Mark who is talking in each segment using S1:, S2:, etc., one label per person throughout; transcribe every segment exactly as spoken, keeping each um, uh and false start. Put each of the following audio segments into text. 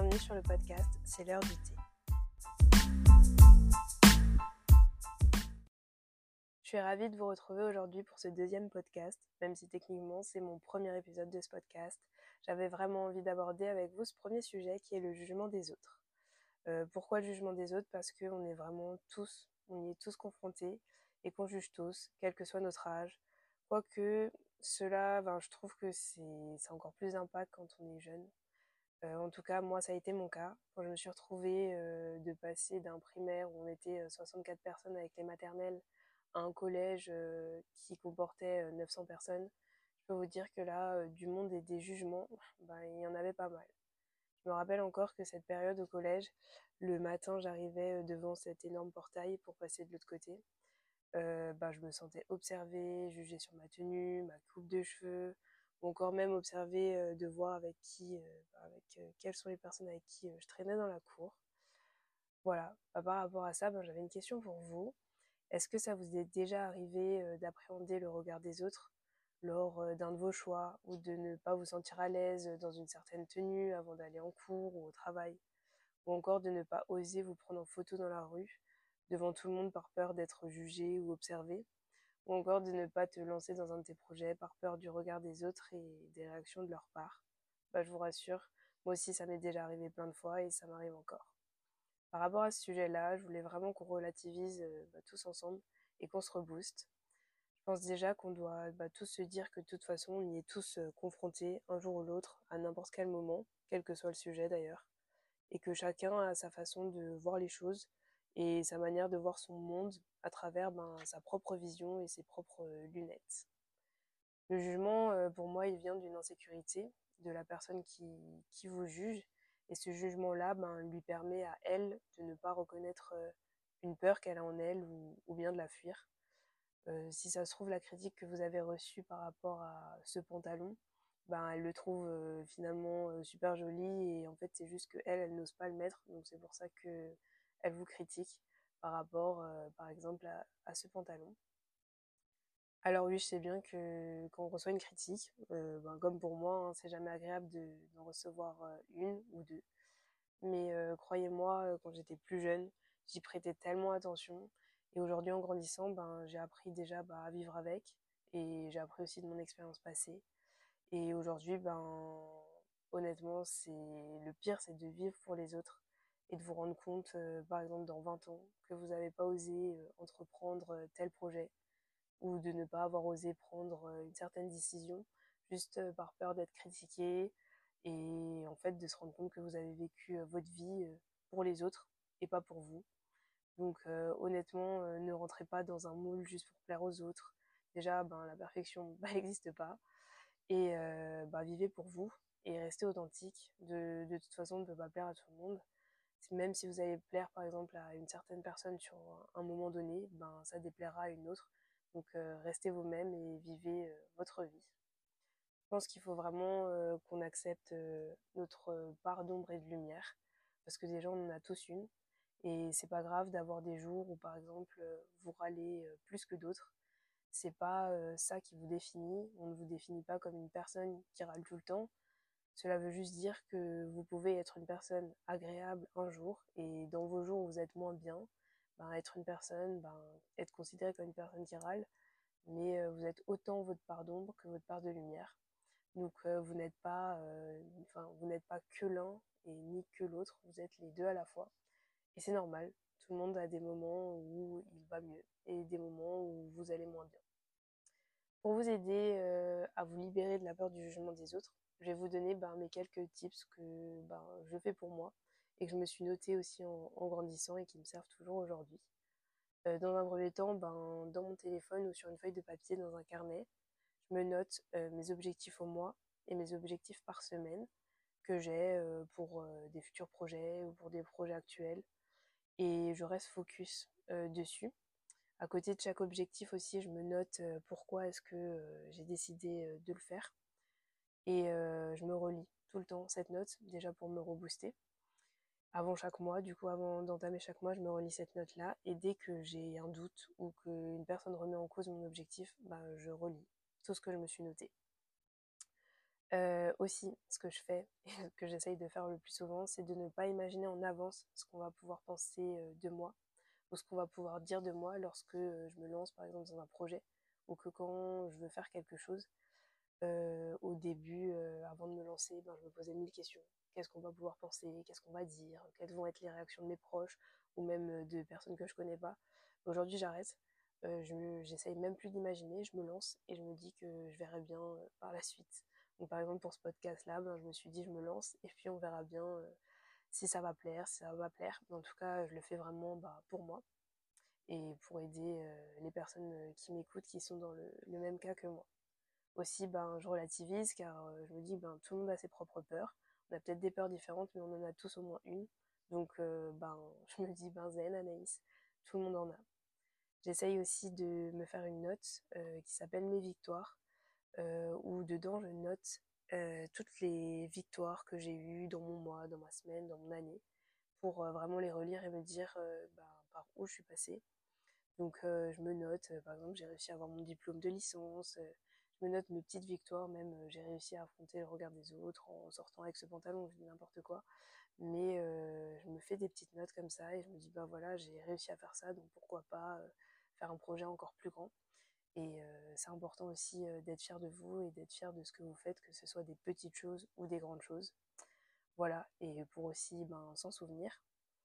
S1: bienvenue sur le podcast C'est l'heure du thé. Je suis ravie de vous retrouver aujourd'hui pour ce deuxième podcast, même si techniquement c'est mon premier épisode de ce podcast. J'avais vraiment envie d'aborder avec vous ce premier sujet qui est le jugement des autres. Euh, pourquoi le jugement des autres ? Parce qu'on est vraiment tous, on y est tous confrontés et qu'on juge tous, quel que soit notre âge. Quoique cela, ben, je trouve que c'est, c'est encore plus d'impact quand on est jeune. Euh, en tout cas, moi, ça a été mon cas. Quand je me suis retrouvée euh, de passer d'un primaire où on était euh, soixante-quatre personnes avec les maternelles à un collège euh, qui comportait euh, neuf cents personnes, je peux vous dire que là, euh, du monde et des jugements, ben, il y en avait pas mal. Je me rappelle encore que cette période au collège, le matin, j'arrivais euh, devant cet énorme portail pour passer de l'autre côté. Euh, ben, je me sentais observée, jugée sur ma tenue, ma coupe de cheveux, ou encore même observée euh, de voir avec qui, euh, ben, avec euh, quelles sont les personnes avec qui euh, je traînais dans la cour. Voilà. Ben, par rapport à ça, ben, j'avais une question pour vous. Est-ce que ça vous est déjà arrivé euh, d'appréhender le regard des autres lors euh, d'un de vos choix, ou de ne pas vous sentir à l'aise dans une certaine tenue avant d'aller en cours ou au travail, ou encore de ne pas oser vous prendre en photo dans la rue devant tout le monde par peur d'être jugé ou observé, ou encore de ne pas te lancer dans un de tes projets par peur du regard des autres et des réactions de leur part. Bah, je vous rassure, moi aussi ça m'est déjà arrivé plein de fois et ça m'arrive encore. Par rapport à ce sujet-là, je voulais vraiment qu'on relativise euh, bah, tous ensemble et qu'on se rebooste. Je pense déjà qu'on doit bah, tous se dire que de toute façon on y est tous euh, confrontés un jour ou l'autre, à n'importe quel moment, quel que soit le sujet d'ailleurs, et que chacun a sa façon de voir les choses et sa manière de voir son monde à travers ben, sa propre vision et ses propres euh, lunettes. Le jugement, euh, pour moi, il vient d'une insécurité de la personne qui, qui vous juge, et ce jugement-là ben, lui permet à elle de ne pas reconnaître euh, une peur qu'elle a en elle ou, ou bien de la fuir. Euh, si ça se trouve, la critique que vous avez reçue par rapport à ce pantalon, ben, elle le trouve euh, finalement euh, super joli, et en fait c'est juste qu'elle, elle, elle n'ose pas le mettre, donc c'est pour ça que elle vous critique par rapport euh, par exemple à, à ce pantalon. Alors oui, je sais bien que quand on reçoit une critique, euh, ben, comme pour moi, hein, c'est jamais agréable de, d'en recevoir euh, une ou deux. Mais euh, croyez-moi, euh, quand j'étais plus jeune, j'y prêtais tellement attention. Et aujourd'hui, en grandissant, ben, j'ai appris déjà bah, à vivre avec. Et j'ai appris aussi de mon expérience passée. Et aujourd'hui, ben, honnêtement, c'est le pire, c'est de vivre pour les autres. Et de vous rendre compte, euh, par exemple, dans vingt ans, que vous n'avez pas osé euh, entreprendre euh, tel projet, ou de ne pas avoir osé prendre euh, une certaine décision, juste euh, par peur d'être critiqué, et en fait de se rendre compte que vous avez vécu euh, votre vie euh, pour les autres et pas pour vous. Donc euh, honnêtement, euh, ne rentrez pas dans un moule juste pour plaire aux autres. Déjà, ben, la perfection bah, n'existe pas. Et euh, bah, vivez pour vous et restez authentique. De, de toute façon, on ne peut pas plaire à tout le monde. Même si vous allez plaire par exemple à une certaine personne sur un moment donné, ben, ça déplaira à une autre. Donc euh, restez vous-même et vivez euh, votre vie. Je pense qu'il faut vraiment euh, qu'on accepte euh, notre part d'ombre et de lumière, parce que déjà on en a tous une, et c'est pas grave d'avoir des jours où par exemple euh, vous râlez euh, plus que d'autres. C'est pas euh, ça qui vous définit. On ne vous définit pas comme une personne qui râle tout le temps. Cela veut juste dire que vous pouvez être une personne agréable un jour, et dans vos jours où vous êtes moins bien, ben, être une personne, ben, être considéré comme une personne qui râle, mais euh, vous êtes autant votre part d'ombre que votre part de lumière. Donc euh, vous n'êtes pas, euh, enfin vous n'êtes pas que l'un et ni que l'autre, vous êtes les deux à la fois. Et c'est normal. Tout le monde a des moments où il va mieux et des moments où vous allez moins bien. Pour vous aider euh, à vous libérer de la peur du jugement des autres, je vais vous donner ben, mes quelques tips que ben, je fais pour moi et que je me suis noté aussi en, en grandissant et qui me servent toujours aujourd'hui. Euh, dans un premier temps, ben, dans mon téléphone ou sur une feuille de papier, dans un carnet, je me note euh, mes objectifs au mois et mes objectifs par semaine que j'ai euh, pour euh, des futurs projets ou pour des projets actuels. Et je reste focus euh, dessus. À côté de chaque objectif aussi, je me note euh, pourquoi est-ce que euh, j'ai décidé euh, de le faire. Et euh, je me relis tout le temps cette note, déjà pour me rebooster. Avant chaque mois, du coup, avant d'entamer chaque mois, je me relis cette note-là. Et dès que j'ai un doute ou qu'une personne remet en cause mon objectif, bah, je relis tout ce que je me suis noté. Euh, aussi, ce que je fais et ce que j'essaye de faire le plus souvent, c'est de ne pas imaginer en avance ce qu'on va pouvoir penser euh, de moi ou ce qu'on va pouvoir dire de moi lorsque euh, je me lance par exemple dans un projet ou que quand je veux faire quelque chose. Euh, au début, euh, avant de me lancer, ben, je me posais mille questions. Qu'est-ce qu'on va pouvoir penser? Qu'est-ce qu'on va dire? Quelles vont être les réactions de mes proches ou même euh, de personnes que je connais pas? Aujourd'hui, j'arrête. Euh, je, j'essaye même plus d'imaginer, je me lance et je me dis que je verrai bien euh, par la suite. Donc, par exemple, pour ce podcast-là, ben, je me suis dit, je me lance et puis on verra bien euh, si ça va plaire, si ça va pas plaire. Mais en tout cas, je le fais vraiment bah, pour moi et pour aider euh, les personnes euh, qui m'écoutent, qui sont dans le, le même cas que moi. Aussi, ben, je relativise car euh, je me dis ben, tout le monde a ses propres peurs. On a peut-être des peurs différentes, mais on en a tous au moins une. Donc, euh, ben, je me dis ben zen, Anaïs, tout le monde en a. J'essaye aussi de me faire une note euh, qui s'appelle Mes victoires, euh, où dedans je note euh, toutes les victoires que j'ai eues dans mon mois, dans ma semaine, dans mon année, pour euh, vraiment les relire et me dire euh, ben, par où je suis passée. Donc euh, je me note, euh, par exemple, j'ai réussi à avoir mon diplôme de licence, euh, je me note mes petites victoires, même euh, j'ai réussi à affronter le regard des autres en sortant avec ce pantalon, je dis n'importe quoi. Mais euh, je me fais des petites notes comme ça et je me dis, bah voilà, j'ai réussi à faire ça, donc pourquoi pas euh, faire un projet encore plus grand. Et euh, c'est important aussi euh, d'être fier de vous et d'être fier de ce que vous faites, que ce soit des petites choses ou des grandes choses. Voilà, et pour aussi ben, s'en souvenir.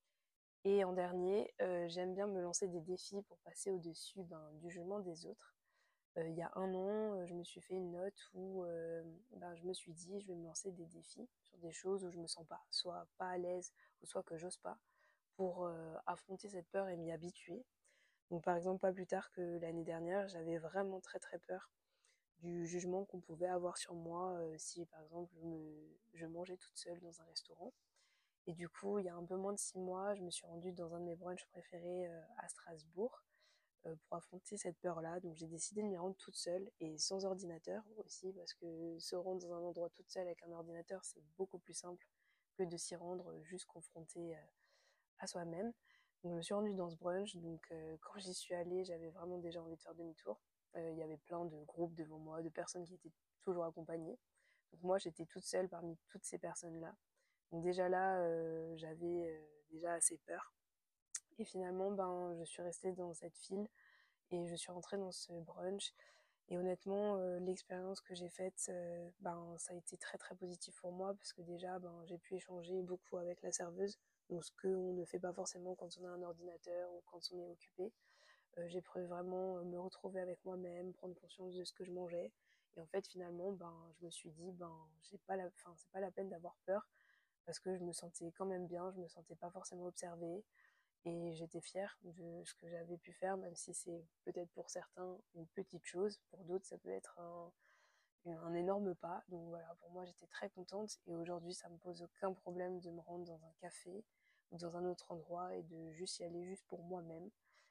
S1: Et en dernier, euh, j'aime bien me lancer des défis pour passer au-dessus ben, du jugement des autres. Euh, il y a un an, euh, je me suis fait une note où euh, ben, je me suis dit je vais me lancer des défis sur des choses où je me sens pas, soit pas à l'aise ou soit que j'ose pas, pour euh, affronter cette peur et m'y habituer. Donc par exemple, pas plus tard que l'année dernière, j'avais vraiment très très peur du jugement qu'on pouvait avoir sur moi euh, si par exemple je, me, je mangeais toute seule dans un restaurant. Et du coup, il y a un peu moins de six mois, je me suis rendue dans un de mes brunchs préférés euh, à Strasbourg euh, pour affronter cette peur-là. Donc j'ai décidé de m'y rendre toute seule et sans ordinateur aussi, parce que se rendre dans un endroit toute seule avec un ordinateur, c'est beaucoup plus simple que de s'y rendre euh, juste confronté euh, à soi-même. Donc je me suis rendue dans ce brunch, donc euh, quand j'y suis allée, j'avais vraiment déjà envie de faire demi-tour. Euh, Il y avait plein de groupes devant moi, de personnes qui étaient toujours accompagnées. Donc moi, j'étais toute seule parmi toutes ces personnes-là. Donc déjà là, euh, j'avais euh, déjà assez peur. Et finalement, ben, je suis restée dans cette file et je suis rentrée dans ce brunch. Et honnêtement, euh, l'expérience que j'ai faite, euh, ben, ça a été très très positif pour moi parce que déjà, ben, j'ai pu échanger beaucoup avec la serveuse. Donc ce qu'on ne fait pas forcément quand on a un ordinateur ou quand on est occupé. Euh, j'ai pu vraiment me retrouver avec moi-même, prendre conscience de ce que je mangeais. Et en fait, finalement, ben, je me suis dit, ben, j'ai pas la, enfin, c'est pas la peine d'avoir peur parce que je me sentais quand même bien, je me sentais pas forcément observée et j'étais fière de ce que j'avais pu faire, même si c'est peut-être pour certains une petite chose, pour d'autres ça peut être un, un énorme pas. Donc voilà, pour moi j'étais très contente et aujourd'hui ça me pose aucun problème de me rendre dans un café ou dans un autre endroit et de juste y aller juste pour moi-même.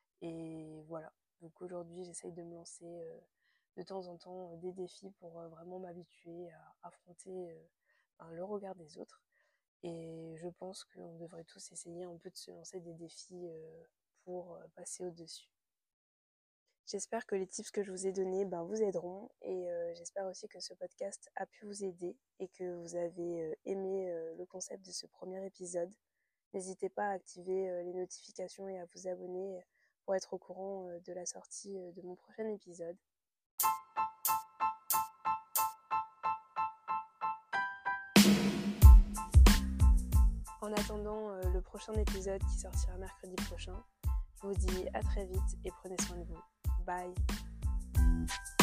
S1: Et voilà, donc aujourd'hui j'essaye de me lancer euh, de temps en temps euh, des défis pour euh, vraiment m'habituer à affronter euh, ben, le regard des autres. Et je pense qu'on devrait tous essayer un peu de se lancer des défis euh, pour euh, passer au-dessus. J'espère que les tips que je vous ai donnés ben, vous aideront et euh, j'espère aussi que ce podcast a pu vous aider et que vous avez euh, aimé euh, le concept de ce premier épisode. N'hésitez pas à activer euh, les notifications et à vous abonner pour être au courant euh, de la sortie euh, de mon prochain épisode. En attendant euh, le prochain épisode qui sortira mercredi prochain, je vous dis à très vite et prenez soin de vous. Bye!